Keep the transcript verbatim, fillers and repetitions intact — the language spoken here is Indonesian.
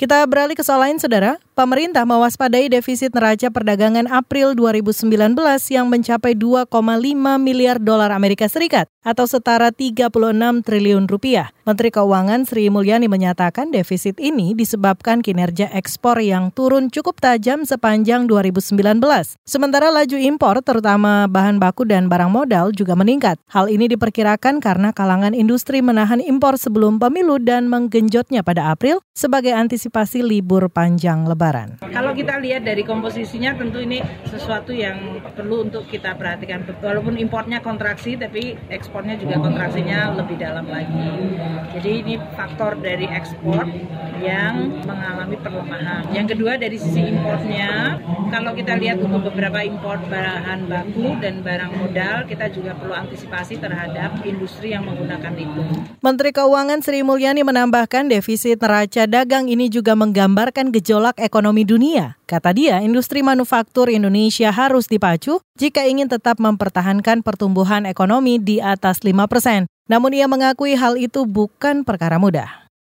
Kita beralih ke soal lain, Saudara. Pemerintah mewaspadai defisit neraca perdagangan April dua ribu sembilan belas yang mencapai dua koma lima miliar dolar Amerika Serikat atau setara tiga puluh enam triliun rupiah. Menteri Keuangan Sri Mulyani menyatakan defisit ini disebabkan kinerja ekspor yang turun cukup tajam sepanjang dua ribu sembilan belas. Sementara laju impor terutama bahan baku dan barang modal juga meningkat. Hal ini diperkirakan karena kalangan industri menahan impor sebelum pemilu dan menggenjotnya pada April sebagai antisipasi libur panjang Lebaran. Kalau kita lihat dari komposisinya tentu ini sesuatu yang perlu untuk kita perhatikan. Walaupun importnya kontraksi tapi ekspornya juga kontraksinya lebih dalam lagi. Jadi ini faktor dari ekspor yang mengalami perlemahan. Yang kedua dari sisi importnya, kalau kita lihat untuk beberapa impor bahan baku dan barang modal, kita juga perlu antisipasi terhadap industri yang menggunakan itu. Menteri Keuangan Sri Mulyani menambahkan defisit neraca dagang ini juga menggambarkan gejolak ekonomi dunia. Kata dia, industri manufaktur Indonesia harus dipacu jika ingin tetap mempertahankan pertumbuhan ekonomi di atas lima persen. Namun ia mengakui hal itu bukan perkara mudah.